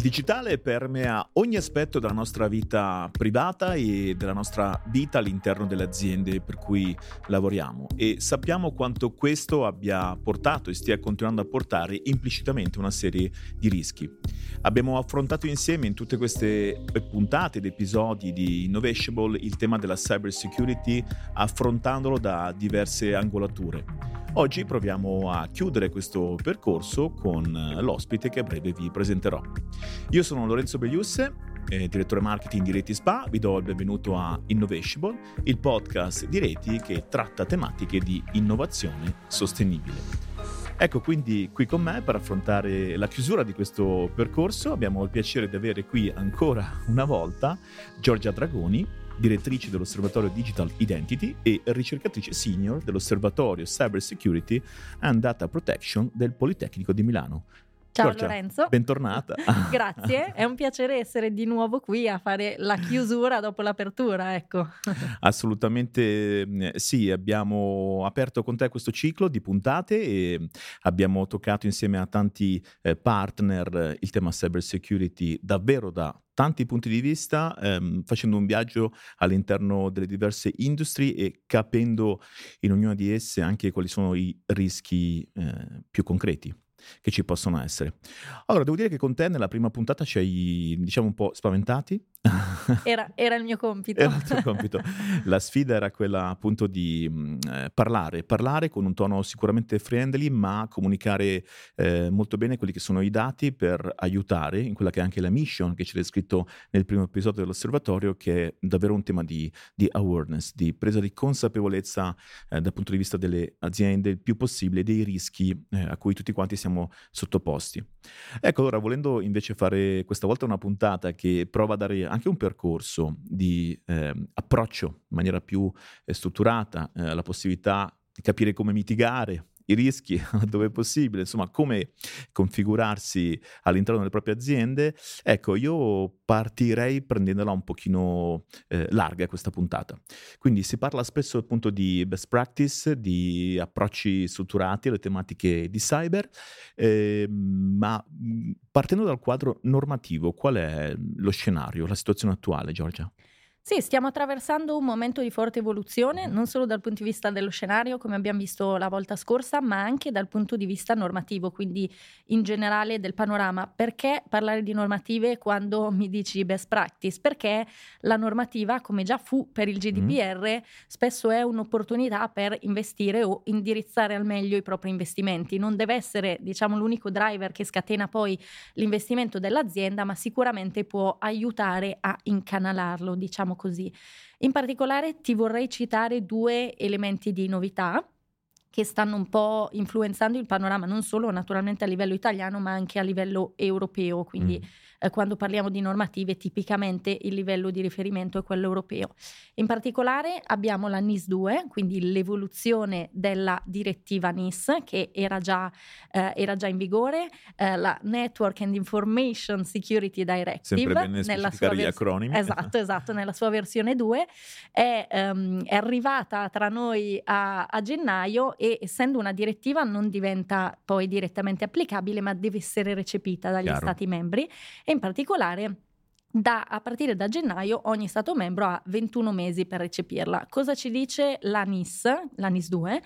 digitale permea ogni aspetto della nostra vita privata e della nostra vita all'interno delle aziende per cui lavoriamo, e sappiamo quanto questo abbia portato e stia continuando a portare implicitamente una serie di rischi. Abbiamo affrontato insieme in tutte queste puntate ed episodi di Innovatiable il tema della cyber security, affrontandolo da diverse angolature. Oggi proviamo a chiudere questo percorso con l'ospite che a breve vi presenterò. Io sono Lorenzo Begliusse, direttore marketing di Reti Spa. Vi do il benvenuto a Innovatiable, il podcast di Reti che tratta tematiche di innovazione sostenibile. Ecco, quindi qui con me per affrontare la chiusura di questo percorso abbiamo il piacere di avere qui ancora una volta Giorgia Dragoni, direttrice dell'Osservatorio Digital Identity e ricercatrice senior dell'Osservatorio Cyber Security and Data Protection del Politecnico di Milano. Ciao Giorgia, Lorenzo. bentornata. Grazie, è un piacere essere di nuovo qui a fare la chiusura dopo l'apertura, ecco. Assolutamente sì, abbiamo aperto con te questo ciclo di puntate e abbiamo toccato insieme a tanti partner il tema cyber security davvero da tanti punti di vista, facendo un viaggio all'interno delle diverse industrie e capendo in ognuna di esse anche quali sono i rischi più concreti che ci possono essere. Allora, devo dire che con te nella prima puntata ci hai, diciamo, un po' spaventati. Era il mio compito. Era il tuo compito. La sfida era quella appunto di parlare con un tono sicuramente friendly, ma comunicare molto bene quelli che sono i dati per aiutare in quella che è anche la mission che c'è descritto nel primo episodio dell'Osservatorio, che è davvero un tema di awareness, di presa di consapevolezza dal punto di vista delle aziende il più possibile dei rischi a cui tutti quanti siamo sottoposti. Ecco, allora, volendo invece fare questa volta una puntata che prova a dare anche un percorso di approccio in maniera più strutturata, la possibilità di capire come mitigare i rischi dove è possibile, insomma come configurarsi all'interno delle proprie aziende. Ecco, io partirei prendendola un pochino larga questa puntata. Quindi si parla spesso appunto di best practice, di approcci strutturati alle tematiche di cyber, ma partendo dal quadro normativo, qual è lo scenario, la situazione attuale, Giorgia? Sì, stiamo attraversando un momento di forte evoluzione, non solo dal punto di vista dello scenario, come abbiamo visto la volta scorsa, ma anche dal punto di vista normativo, quindi in generale del panorama. Perché parlare di normative quando mi dici best practice? Perché la normativa, come già fu per il GDPR, spesso è un'opportunità per investire o indirizzare al meglio i propri investimenti. Non deve essere, diciamo, l'unico driver che scatena poi l'investimento dell'azienda, ma sicuramente può aiutare a incanalarlo, diciamo così. In particolare ti vorrei citare due elementi di novità che stanno un po' influenzando il panorama, non solo naturalmente a livello italiano, ma anche a livello europeo. Quindi quando parliamo di normative, tipicamente il livello di riferimento è quello europeo. In particolare abbiamo la NIS 2, quindi l'evoluzione della direttiva NIS, che era già in vigore, la Network and Information Security Directive. Sempre bene specificare gli acronimi. Esatto, nella sua versione 2 è arrivata tra noi a gennaio, e essendo una direttiva non diventa poi direttamente applicabile, ma deve essere recepita dagli Stati membri, e in particolare a partire da gennaio ogni Stato membro ha 21 mesi per recepirla. Cosa ci dice la NIS 2?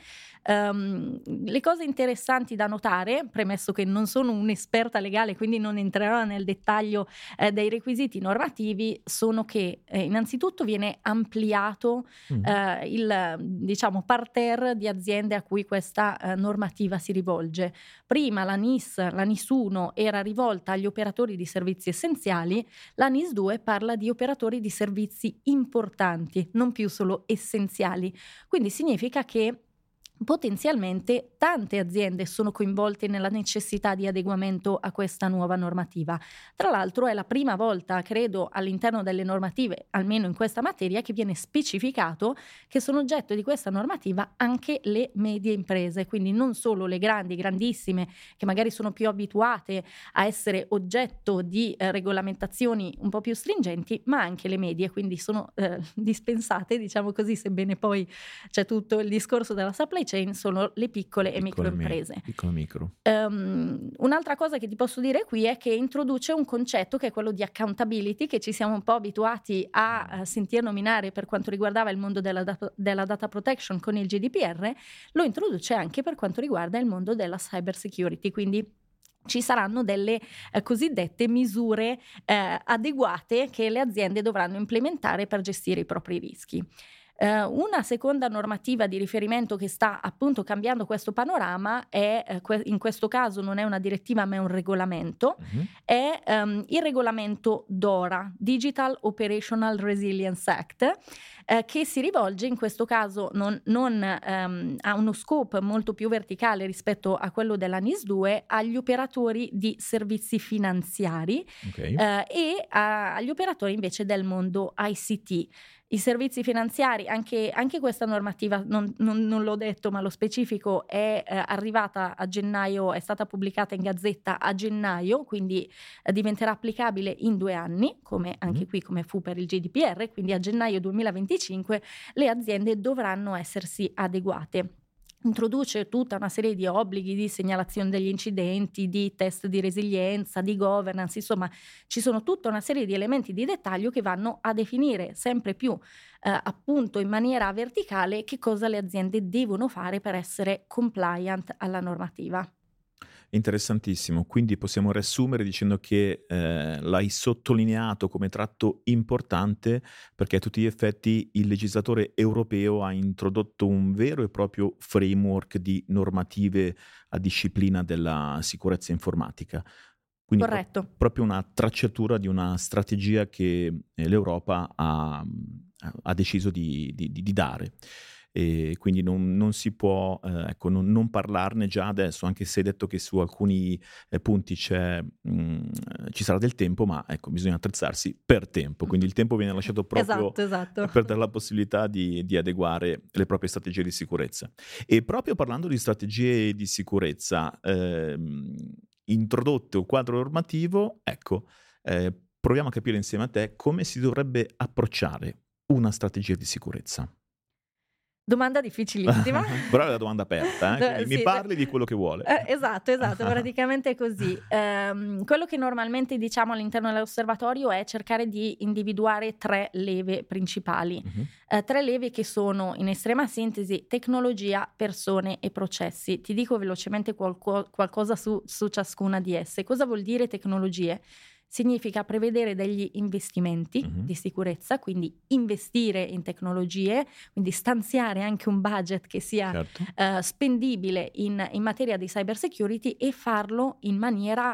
Le cose interessanti da notare, premesso che non sono un'esperta legale, quindi non entrerò nel dettaglio dei requisiti normativi, sono che innanzitutto viene ampliato il, diciamo, parterre di aziende a cui questa normativa si rivolge. Prima la NIS 1 era rivolta agli operatori di servizi essenziali, la NIS 2 parla di operatori di servizi importanti, non più solo essenziali. Quindi significa che potenzialmente tante aziende sono coinvolte nella necessità di adeguamento a questa nuova normativa. Tra l'altro è la prima volta, credo, all'interno delle normative, almeno in questa materia, che viene specificato che sono oggetto di questa normativa anche le medie imprese, quindi non solo le grandissime, che magari sono più abituate a essere oggetto di regolamentazioni un po' più stringenti, ma anche le medie, quindi sono dispensate, diciamo così, sebbene poi c'è tutto il discorso della supply chain sono le piccole e microimprese. Piccolo micro. Un'altra cosa che ti posso dire qui è che introduce un concetto che è quello di accountability, che ci siamo un po' abituati a sentir nominare per quanto riguardava il mondo della data protection con il GDPR, lo introduce anche per quanto riguarda il mondo della cyber security, quindi ci saranno delle cosiddette misure adeguate che le aziende dovranno implementare per gestire i propri rischi. Una seconda normativa di riferimento che sta appunto cambiando questo panorama è, in questo caso non è una direttiva ma è un regolamento, è il regolamento DORA, Digital Operational Resilience Act, che si rivolge in questo caso a uno scope molto più verticale rispetto a quello della NIS2 agli operatori di servizi finanziari e agli operatori invece del mondo ICT. I servizi finanziari, anche questa normativa, non l'ho detto ma lo specifico, è arrivata a gennaio, è stata pubblicata in Gazzetta a gennaio, quindi diventerà applicabile in 2 anni, come anche qui come fu per il GDPR, quindi a gennaio 2025 le aziende dovranno essersi adeguate. Introduce tutta una serie di obblighi di segnalazione degli incidenti, di test di resilienza, di governance, insomma ci sono tutta una serie di elementi di dettaglio che vanno a definire sempre più appunto in maniera verticale che cosa le aziende devono fare per essere compliant alla normativa. Interessantissimo, quindi possiamo riassumere dicendo che l'hai sottolineato come tratto importante perché a tutti gli effetti il legislatore europeo ha introdotto un vero e proprio framework di normative a disciplina della sicurezza informatica. Quindi Corretto. Proprio una tracciatura di una strategia che l'Europa ha deciso di dare. E quindi non si può non parlarne già adesso, anche se hai detto che su alcuni punti ci sarà del tempo, ma ecco, bisogna attrezzarsi per tempo, quindi il tempo viene lasciato proprio esatto. per dare la possibilità di adeguare le proprie strategie di sicurezza. E proprio parlando di strategie di sicurezza, introdotto un quadro normativo, ecco, proviamo a capire insieme a te come si dovrebbe approcciare una strategia di sicurezza. Domanda difficilissima. Però è la domanda aperta, Sì, mi parli di quello che vuole. Esatto, praticamente è così. Quello che normalmente diciamo all'interno dell'osservatorio è cercare di individuare 3 leve principali. 3 leve che sono, in estrema sintesi, tecnologia, persone e processi. Ti dico velocemente qualcosa su ciascuna di esse. Cosa vuol dire tecnologie? Significa prevedere degli investimenti di sicurezza, quindi investire in tecnologie, quindi stanziare anche un budget che sia spendibile in materia di cyber security e farlo in maniera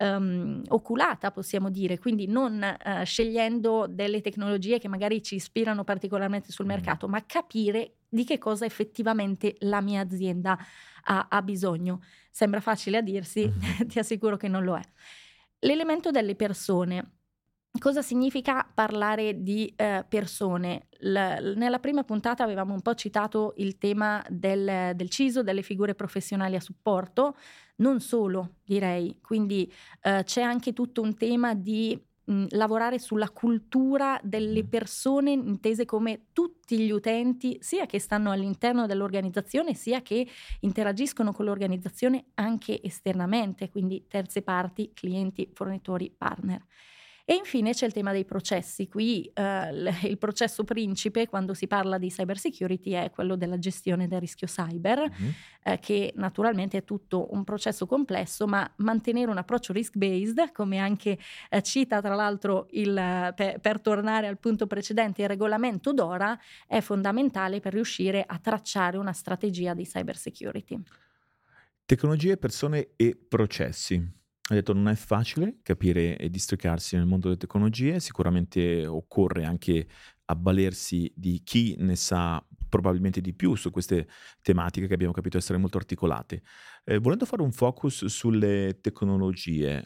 oculata, possiamo dire, quindi non scegliendo delle tecnologie che magari ci ispirano particolarmente sul mercato, ma capire di che cosa effettivamente la mia azienda ha bisogno. Sembra facile a dirsi, ti assicuro che non lo è. L'elemento delle persone. Cosa significa parlare di persone? Nella prima puntata avevamo un po' citato il tema del CISO, delle figure professionali a supporto, non solo direi, quindi c'è anche tutto un tema di lavorare sulla cultura delle persone intese come tutti gli utenti, sia che stanno all'interno dell'organizzazione, sia che interagiscono con l'organizzazione anche esternamente, quindi terze parti, clienti, fornitori, partner. E infine c'è il tema dei processi. Qui il processo principe quando si parla di cyber security è quello della gestione del rischio cyber, che naturalmente è tutto un processo complesso, ma mantenere un approccio risk-based, come anche cita tra l'altro per tornare al punto precedente il regolamento DORA, è fondamentale per riuscire a tracciare una strategia di cyber security. Tecnologie, persone e processi. Hai detto non è facile capire e districarsi nel mondo delle tecnologie, sicuramente occorre anche avvalersi di chi ne sa probabilmente di più su queste tematiche che abbiamo capito essere molto articolate. Volendo fare un focus sulle tecnologie,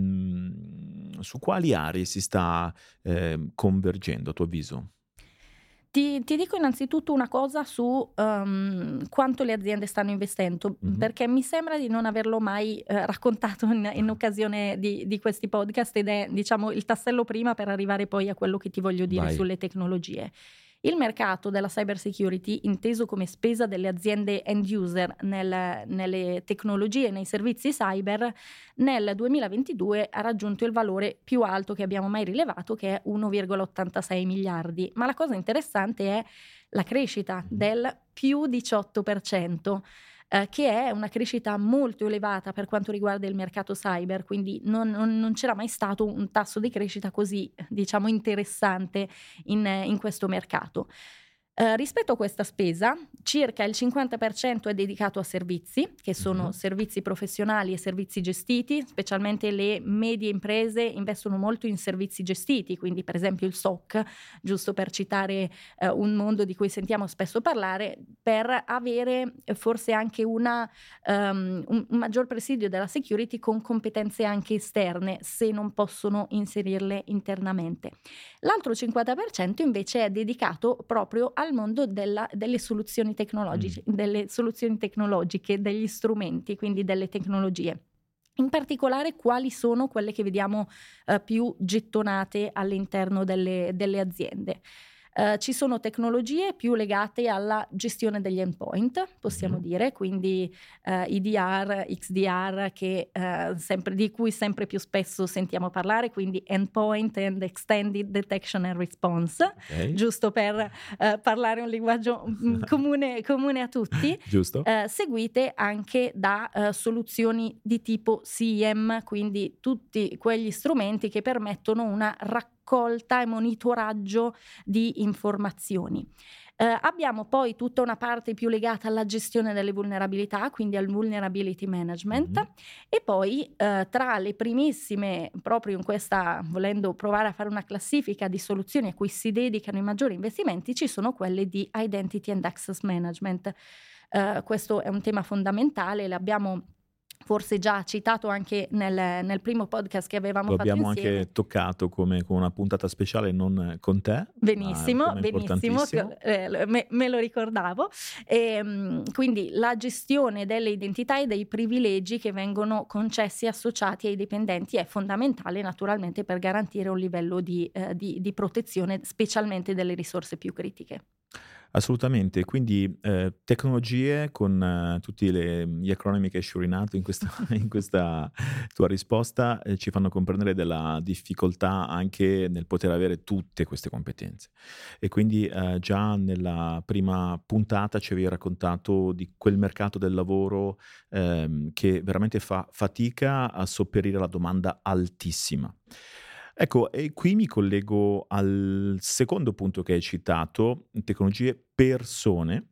su quali aree si sta convergendo a tuo avviso? Ti dico innanzitutto una cosa su quanto le aziende stanno investendo, perché mi sembra di non averlo mai raccontato in occasione di questi podcast ed è, diciamo, il tassello prima per arrivare poi a quello che ti voglio dire sulle tecnologie. Il mercato della cyber security, inteso come spesa delle aziende end user nelle tecnologie e nei servizi cyber, nel 2022 ha raggiunto il valore più alto che abbiamo mai rilevato, che è 1,86 miliardi. Ma la cosa interessante è la crescita del più 18%. Che è una crescita molto elevata per quanto riguarda il mercato cyber, quindi non c'era mai stato un tasso di crescita così, diciamo, interessante in questo mercato. Rispetto a questa spesa, circa il 50% è dedicato a servizi, che sono servizi professionali e servizi gestiti, specialmente le medie imprese investono molto in servizi gestiti, quindi per esempio il SOC, giusto per citare un mondo di cui sentiamo spesso parlare, per avere forse anche un maggior presidio della security con competenze anche esterne, se non possono inserirle internamente. L'altro 50% invece è dedicato proprio al mondo delle soluzioni tecnologiche, degli strumenti, quindi delle tecnologie. In particolare, quali sono quelle che vediamo più gettonate all'interno delle aziende? Ci sono tecnologie più legate alla gestione degli endpoint, possiamo dire, quindi EDR, XDR, di cui sempre più spesso sentiamo parlare, quindi Endpoint and Extended Detection and Response, giusto per parlare un linguaggio comune a tutti, giusto. Seguite anche da soluzioni di tipo SIEM, quindi tutti quegli strumenti che permettono una raccolta e monitoraggio di informazioni. Abbiamo poi tutta una parte più legata alla gestione delle vulnerabilità, quindi al vulnerability management, e poi tra le primissime, proprio in questa, volendo provare a fare una classifica di soluzioni a cui si dedicano i maggiori investimenti, ci sono quelle di identity and access management. Questo è un tema fondamentale, l'abbiamo forse già citato anche nel primo podcast che avevamo fatto insieme. Lo abbiamo anche toccato come con una puntata speciale, non con te. Benissimo, me lo ricordavo. Quindi la gestione delle identità e dei privilegi che vengono concessi e associati ai dipendenti è fondamentale naturalmente per garantire un livello di protezione, specialmente delle risorse più critiche. Assolutamente, quindi tecnologie con tutti gli acronimi che hai sciorinato in questa tua risposta ci fanno comprendere della difficoltà anche nel poter avere tutte queste competenze. E quindi già nella prima puntata ci avevi raccontato di quel mercato del lavoro che veramente fa fatica a sopperire alla domanda altissima. Ecco, e qui mi collego al secondo punto che hai citato, tecnologie persone.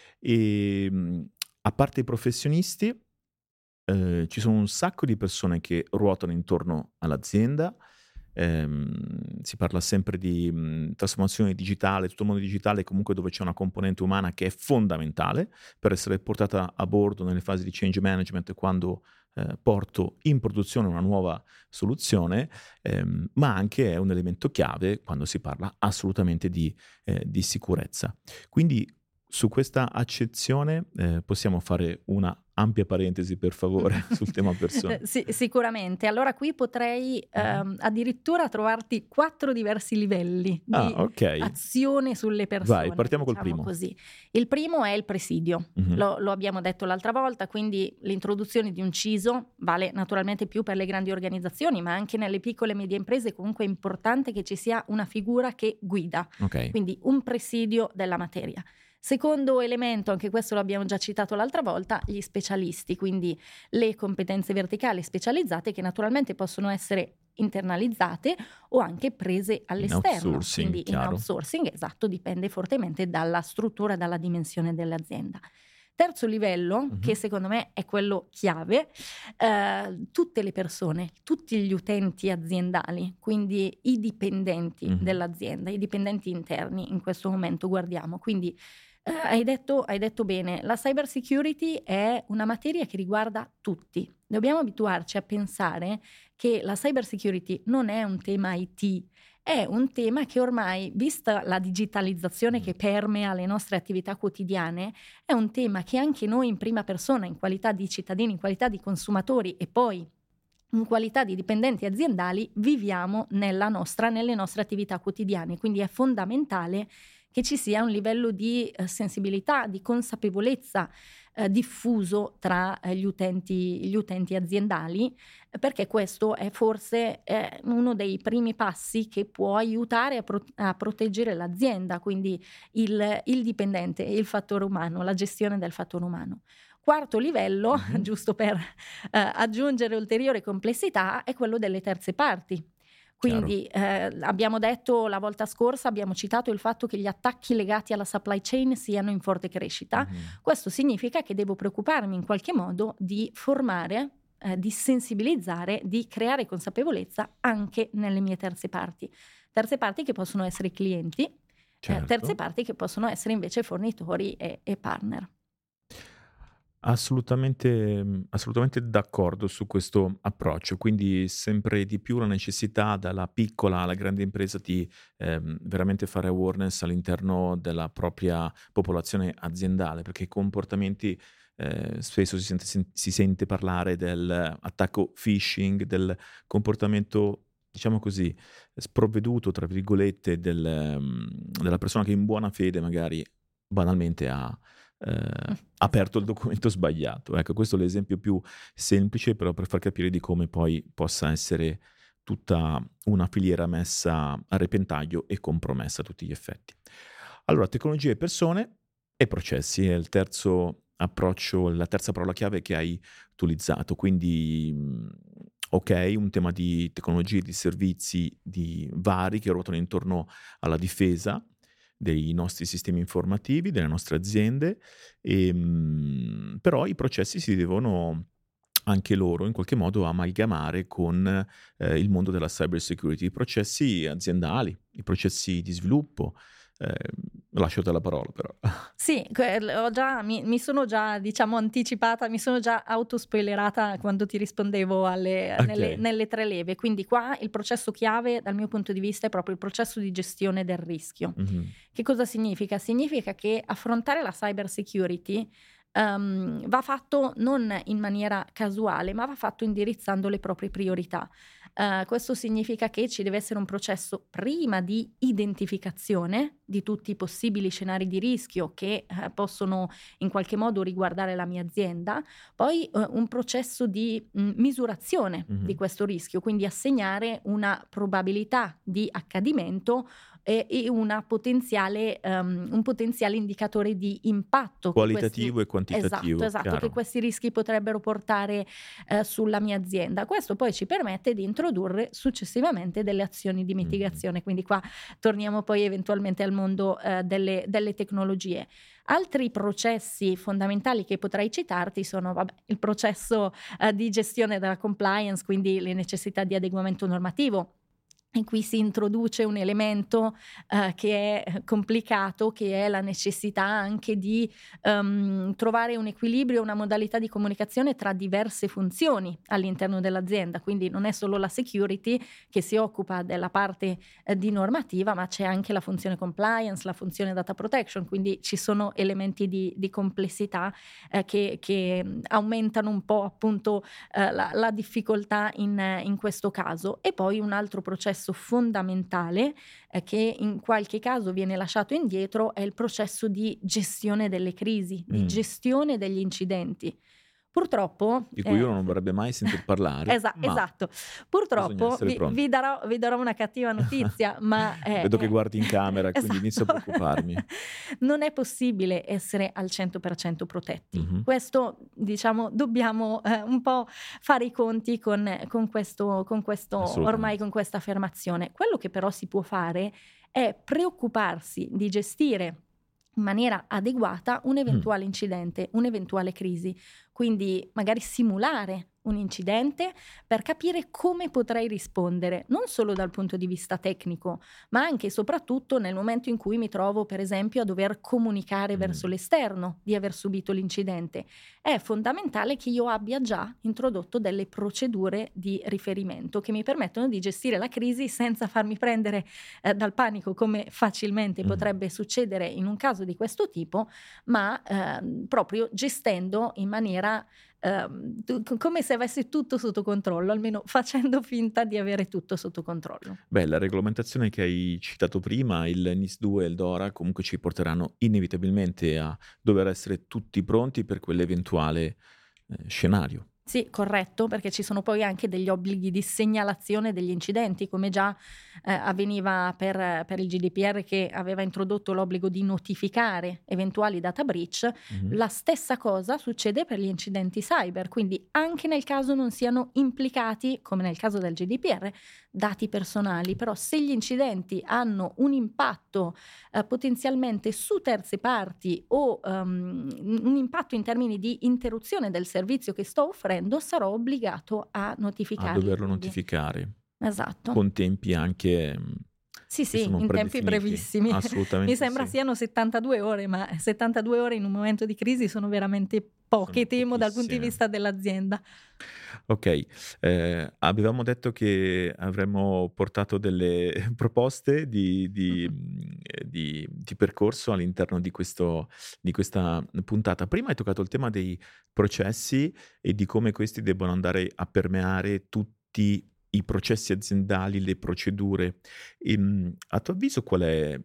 A parte i professionisti, ci sono un sacco di persone che ruotano intorno all'azienda. Si parla sempre di trasformazione digitale, tutto il mondo digitale comunque dove c'è una componente umana che è fondamentale per essere portata a bordo nelle fasi di change management quando porto in produzione una nuova soluzione, ma anche è un elemento chiave quando si parla assolutamente di sicurezza. Quindi su questa accezione possiamo fare una ampia parentesi, per favore, sul tema persone. Sì, sicuramente. Allora qui potrei addirittura trovarti 4 diversi livelli di azione sulle persone. Vai, partiamo col primo. Così. Il primo è il presidio. Lo abbiamo detto l'altra volta, quindi l'introduzione di un CISO vale naturalmente più per le grandi organizzazioni, ma anche nelle piccole e medie imprese comunque è importante che ci sia una figura che guida. Quindi un presidio della materia. Secondo elemento, anche questo l'abbiamo già citato l'altra volta, gli specialisti, quindi le competenze verticali specializzate che naturalmente possono essere internalizzate o anche prese all'esterno, quindi in outsourcing, esatto, dipende fortemente dalla struttura, dalla dimensione dell'azienda. Terzo livello, che secondo me è quello chiave, tutte le persone, tutti gli utenti aziendali, quindi i dipendenti dell'azienda, i dipendenti interni in questo momento guardiamo, quindi hai detto bene, la cyber security è una materia che riguarda tutti. Dobbiamo abituarci a pensare che la cyber security non è un tema IT, è un tema che ormai, vista la digitalizzazione che permea le nostre attività quotidiane, è un tema che anche noi in prima persona, in qualità di cittadini, in qualità di consumatori e poi in qualità di dipendenti aziendali, viviamo nelle nostre attività quotidiane. Quindi è fondamentale che ci sia un livello di sensibilità, di consapevolezza diffuso tra gli utenti aziendali, perché questo è forse uno dei primi passi che può aiutare a proteggere l'azienda, quindi il dipendente, il fattore umano, la gestione del fattore umano. Quarto livello, giusto per aggiungere ulteriore complessità, è quello delle terze parti. Quindi abbiamo detto la volta scorsa, abbiamo citato il fatto che gli attacchi legati alla supply chain siano in forte crescita. Questo significa che devo preoccuparmi in qualche modo di formare, di sensibilizzare, di creare consapevolezza anche nelle mie terze parti. Terze parti che possono essere clienti, terze parti che possono essere invece fornitori e partner. Assolutamente d'accordo su questo approccio, quindi sempre di più la necessità dalla piccola alla grande impresa di veramente fare awareness all'interno della propria popolazione aziendale, perché i comportamenti spesso si sente parlare dell'attacco phishing, del comportamento, diciamo così, sprovveduto, tra virgolette, della persona che in buona fede magari banalmente ha aperto il documento sbagliato. Ecco, questo è l'esempio più semplice, però per far capire di come poi possa essere tutta una filiera messa a repentaglio e compromessa a tutti gli effetti. Allora, tecnologie e persone e processi è il terzo approccio, la terza parola chiave che hai utilizzato. Quindi, ok, un tema di tecnologie, di servizi di vari che ruotano intorno alla difesa dei nostri sistemi informativi, delle nostre aziende, però i processi si devono anche loro in qualche modo amalgamare con il mondo della cyber security, i processi aziendali, i processi di sviluppo. Lascio te la parola però. Sì, mi sono già, diciamo, anticipata, mi sono già autospoilerata quando ti rispondevo nelle tre leve. Quindi qua il processo chiave dal mio punto di vista è proprio il processo di gestione del rischio. Che cosa significa? Significa che affrontare la cyber security va fatto non in maniera casuale, ma va fatto indirizzando le proprie priorità. Questo significa che ci deve essere un processo prima di identificazione di tutti i possibili scenari di rischio che possono in qualche modo riguardare la mia azienda, poi un processo di misurazione di questo rischio, quindi assegnare una probabilità di accadimento e un potenziale indicatore di impatto qualitativo e quantitativo. Esatto, che questi rischi potrebbero portare sulla mia azienda. Questo poi ci permette di introdurre successivamente delle azioni di mitigazione, quindi qua torniamo poi eventualmente al mondo delle tecnologie. Altri processi fondamentali che potrei citarti sono il processo di gestione della compliance, quindi le necessità di adeguamento normativo. E qui si introduce un elemento che è complicato, che è la necessità anche di trovare un equilibrio, una modalità di comunicazione tra diverse funzioni all'interno dell'azienda. Quindi non è solo la security che si occupa della parte di normativa, ma c'è anche la funzione compliance, la funzione data protection, quindi ci sono elementi di complessità che aumentano un po' appunto la difficoltà in questo caso. E poi un altro processo fondamentale che in qualche caso viene lasciato indietro è il processo di gestione delle crisi, di gestione degli incidenti. Purtroppo di cui uno non vorrebbe mai sentir parlare. Esatto. Purtroppo vi darò una cattiva notizia, ma vedo che guardi in camera, quindi inizio a preoccuparmi. Non è possibile essere al 100% protetti. Questo, diciamo, dobbiamo un po' fare i conti con questo ormai con questa affermazione. Quello che però si può fare è preoccuparsi di gestire in maniera adeguata un eventuale incidente, un'eventuale crisi. Quindi magari simulare un incidente per capire come potrei rispondere, non solo dal punto di vista tecnico, ma anche e soprattutto nel momento in cui mi trovo, per esempio, a dover comunicare verso l'esterno di aver subito l'incidente. È fondamentale che io abbia già introdotto delle procedure di riferimento che mi permettono di gestire la crisi senza farmi prendere dal panico, come facilmente potrebbe succedere in un caso di questo tipo, ma proprio gestendo in maniera come se avessi tutto sotto controllo, almeno facendo finta di avere tutto sotto controllo. Beh, la regolamentazione che hai citato prima, il NIS2 e il DORA, comunque ci porteranno inevitabilmente a dover essere tutti pronti per quell'eventuale scenario. Sì, corretto, perché ci sono poi anche degli obblighi di segnalazione degli incidenti, come già avveniva per il GDPR, che aveva introdotto l'obbligo di notificare eventuali data breach. Mhm. La stessa cosa succede per gli incidenti cyber, quindi anche nel caso non siano implicati, come nel caso del GDPR, dati personali, però se gli incidenti hanno un impatto potenzialmente su terze parti o un impatto in termini di interruzione del servizio che sto offrendo, sarò obbligato a A notificarli. doverlo Quindi, notificare esatto. con tempi anche Sì, che sì, sono in tempi predefiniti. brevissimi. Mi Assolutamente sembra sì. siano 72 ore, ma 72 ore in un momento di crisi sono veramente poche, Sono temo, dal punto di pochissime. vista dell'azienda. Ok, avevamo detto che avremmo portato delle proposte di percorso all'interno di questa puntata. Prima hai toccato il tema dei processi e di come questi debbano andare a permeare tutti i processi aziendali, le procedure. A tuo avviso qual è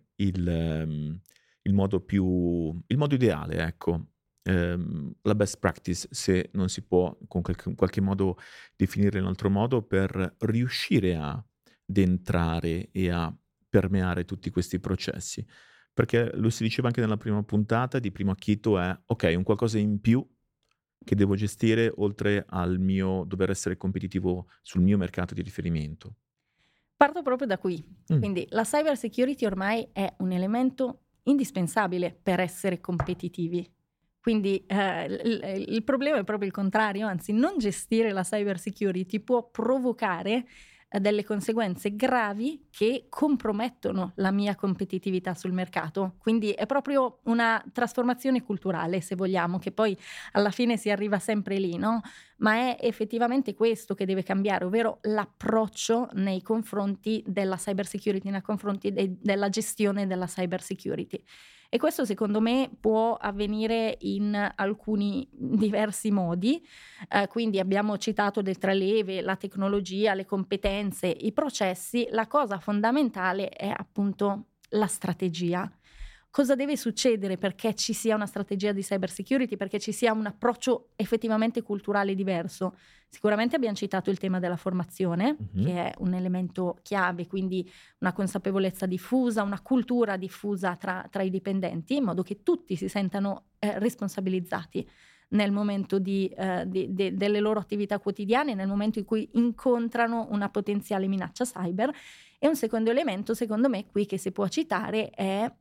il modo ideale, ecco, la best practice, se non si può in qualche modo definire in un altro modo, per riuscire ad entrare e a permeare tutti questi processi? Perché lo si diceva anche nella prima puntata, di primo acchito è: okay, un qualcosa in più che devo gestire oltre al mio dover essere competitivo sul mio mercato di riferimento. Parto proprio da qui. Mh. Quindi la cyber security ormai è un elemento indispensabile per essere competitivi. Quindi il problema è proprio il contrario, anzi non gestire la cyber security può provocare delle conseguenze gravi che compromettono la mia competitività sul mercato. Quindi è proprio una trasformazione culturale, se vogliamo, che poi alla fine si arriva sempre lì, no? Ma è effettivamente questo che deve cambiare, ovvero l'approccio nei confronti della cyber security, nei confronti della gestione della cyber security. E questo secondo me può avvenire in alcuni diversi modi, quindi abbiamo citato le tre leve, la tecnologia, le competenze, i processi. La cosa fondamentale è appunto la strategia. Cosa deve succedere perché ci sia una strategia di cyber security, perché ci sia un approccio effettivamente culturale diverso? Sicuramente abbiamo citato il tema della formazione, Mh-mh. che è un elemento chiave, quindi una consapevolezza diffusa, una cultura diffusa tra i dipendenti, in modo che tutti si sentano responsabilizzati nel momento delle loro attività quotidiane, nel momento in cui incontrano una potenziale minaccia cyber. E un secondo elemento, secondo me, qui che si può citare è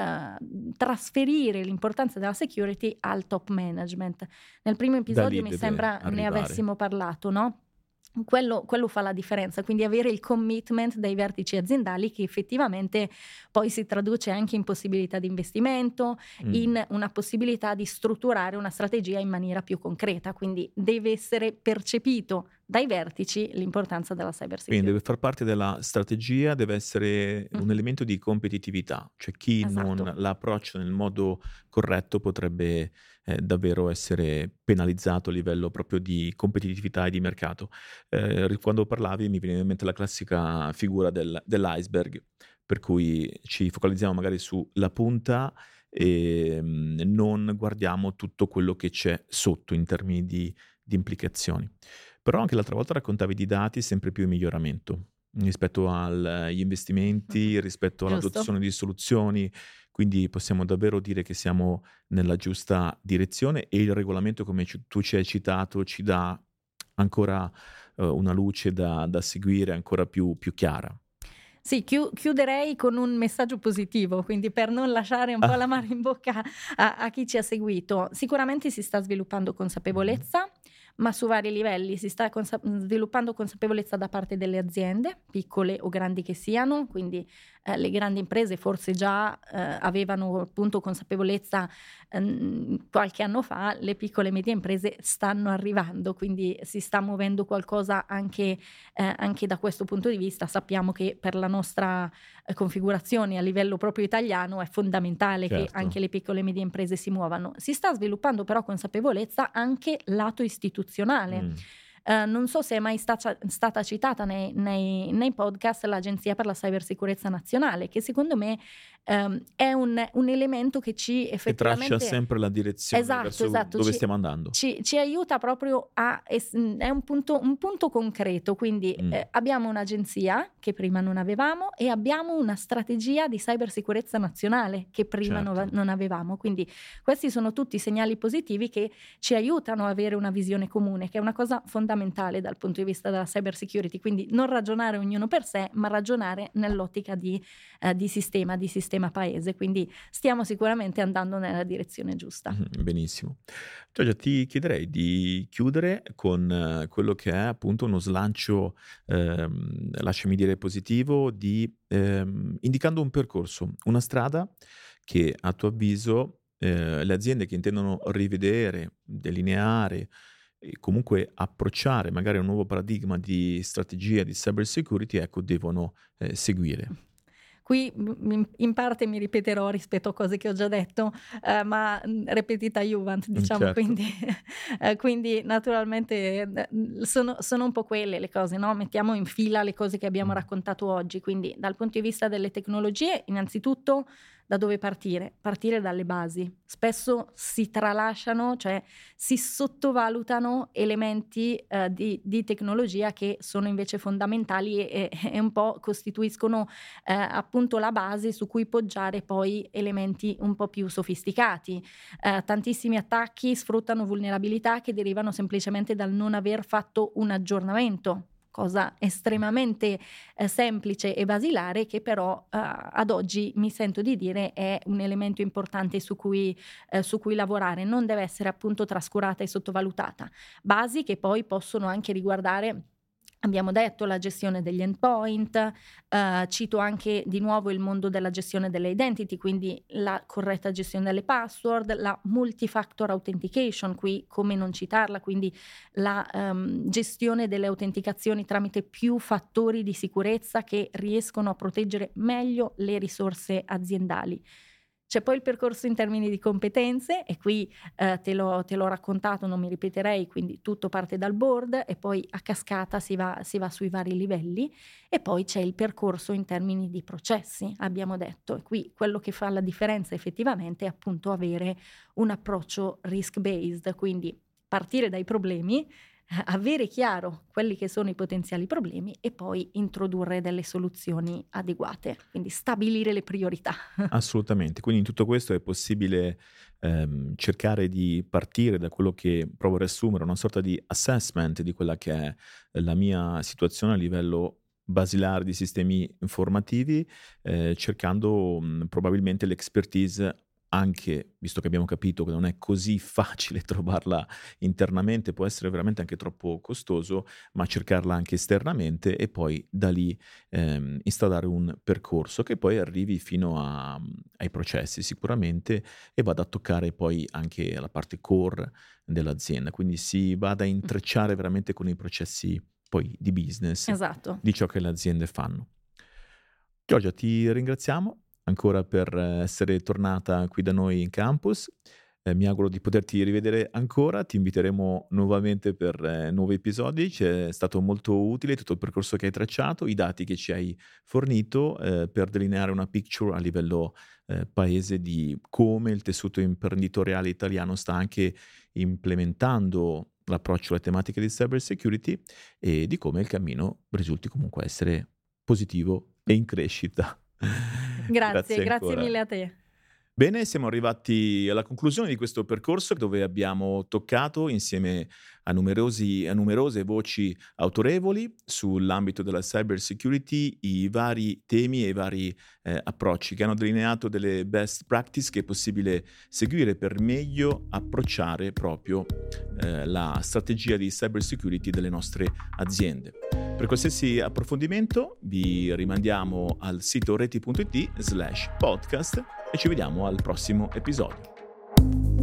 trasferire l'importanza della security al top management. Nel primo Da episodio lì mi deve sembra ne arrivare. avessimo parlato, no? Quello fa la differenza, quindi avere il commitment dai vertici aziendali, che effettivamente poi si traduce anche in possibilità di investimento, in una possibilità di strutturare una strategia in maniera più concreta, quindi deve essere percepito dai vertici l'importanza della cyber Quindi security. deve far parte della strategia, deve essere un elemento di competitività, cioè chi non Esatto. la approccia nel modo corretto potrebbe davvero essere penalizzato a livello proprio di competitività e di mercato. Quando parlavi mi viene in mente la classica figura dell'iceberg, per cui ci focalizziamo magari sulla punta e non guardiamo tutto quello che c'è sotto in termini di implicazioni. Però anche l'altra volta raccontavi di dati sempre più in miglioramento rispetto agli investimenti, rispetto Giusto? all'adozione di soluzioni, quindi possiamo davvero dire che siamo nella giusta direzione e il regolamento, come tu ci hai citato, ci dà ancora una luce da seguire ancora più chiara. Sì, chiuderei con un messaggio positivo, quindi per non lasciare un po' Ah. l'amaro in bocca a chi ci ha seguito. Sicuramente si sta sviluppando Mh-mh. consapevolezza, ma su vari livelli. Si sta sviluppando consapevolezza da parte delle aziende, piccole o grandi che siano, quindi le grandi imprese forse già avevano appunto consapevolezza qualche anno fa, le piccole e medie imprese stanno arrivando, quindi si sta muovendo qualcosa anche da questo punto di vista. Sappiamo che per la nostra configurazione a livello proprio italiano è fondamentale che anche le piccole e medie imprese si muovano. Si sta sviluppando però consapevolezza anche lato istituzionale. Non so se è mai stata citata nei podcast l'Agenzia per la Cybersicurezza Nazionale, che secondo me è un elemento che ci effettivamente... Che traccia sempre la direzione verso dove stiamo andando. Ci aiuta proprio è un punto concreto, quindi abbiamo un'agenzia che prima non avevamo e abbiamo una strategia di cybersicurezza nazionale che prima non avevamo, quindi questi sono tutti segnali positivi che ci aiutano a avere una visione comune, che è una cosa fondamentale dal punto di vista della cyber security, quindi non ragionare ognuno per sé, ma ragionare nell'ottica di sistema paese, quindi stiamo sicuramente andando nella direzione giusta. Benissimo. Giorgia, ti chiederei di chiudere con quello che è appunto uno slancio, lasciami dire positivo, indicando un percorso, una strada che a tuo avviso le aziende che intendono rivedere, delineare e comunque approcciare magari un nuovo paradigma di strategia di cyber security, ecco, devono seguire. Qui in parte mi ripeterò rispetto a cose che ho già detto, ma repetita iuvant, diciamo, quindi naturalmente sono un po' quelle le cose, no? Mettiamo in fila le cose che abbiamo raccontato oggi, quindi dal punto di vista delle tecnologie, innanzitutto da dove partire? Partire dalle basi. Spesso si tralasciano, cioè si sottovalutano elementi di tecnologia che sono invece fondamentali e un po' costituiscono appunto la base su cui poggiare poi elementi un po' più sofisticati. Tantissimi attacchi sfruttano vulnerabilità che derivano semplicemente dal non aver fatto un aggiornamento, cosa estremamente semplice e basilare, che però ad oggi mi sento di dire è un elemento importante su cui lavorare. Non deve essere appunto trascurata e sottovalutata. Basi che poi possono anche riguardare, abbiamo detto, la gestione degli endpoint, cito anche di nuovo il mondo della gestione delle identity, quindi la corretta gestione delle password, la multifactor authentication, qui come non citarla, quindi la gestione delle autenticazioni tramite più fattori di sicurezza che riescono a proteggere meglio le risorse aziendali. C'è poi il percorso in termini di competenze e qui te l'ho raccontato, non mi ripeterei, quindi tutto parte dal board e poi a cascata si va sui vari livelli, e poi c'è il percorso in termini di processi, abbiamo detto, e qui quello che fa la differenza effettivamente è appunto avere un approccio risk-based, quindi partire dai problemi, avere chiaro quelli che sono i potenziali problemi e poi introdurre delle soluzioni adeguate, quindi stabilire le priorità. Assolutamente, quindi in tutto questo è possibile cercare di partire da quello che provo a riassumere, una sorta di assessment di quella che è la mia situazione a livello basilare di sistemi informativi, cercando probabilmente l'expertise, anche visto che abbiamo capito che non è così facile trovarla internamente, può essere veramente anche troppo costoso, ma cercarla anche esternamente e poi da lì instaurare un percorso che poi arrivi fino ai processi sicuramente e vada a toccare poi anche la parte core dell'azienda, quindi si vada a intrecciare veramente con i processi poi di business, esatto, di ciò che le aziende fanno. Giorgia, ti ringraziamo ancora per essere tornata qui da noi in campus. Mi auguro di poterti rivedere ancora, ti inviteremo nuovamente per nuovi episodi. Ci è stato molto utile tutto il percorso che hai tracciato, i dati che ci hai fornito per delineare una picture a livello paese di come il tessuto imprenditoriale italiano sta anche implementando l'approccio alle tematiche di cyber security e di come il cammino risulti comunque essere positivo e in crescita. Grazie mille a te. Bene, siamo arrivati alla conclusione di questo percorso dove abbiamo toccato insieme a numerose voci autorevoli sull'ambito della cyber security i vari temi e i vari approcci che hanno delineato delle best practice che è possibile seguire per meglio approcciare proprio la strategia di cyber security delle nostre aziende. Per qualsiasi approfondimento vi rimandiamo al sito reti.it/podcast e ci vediamo al prossimo episodio.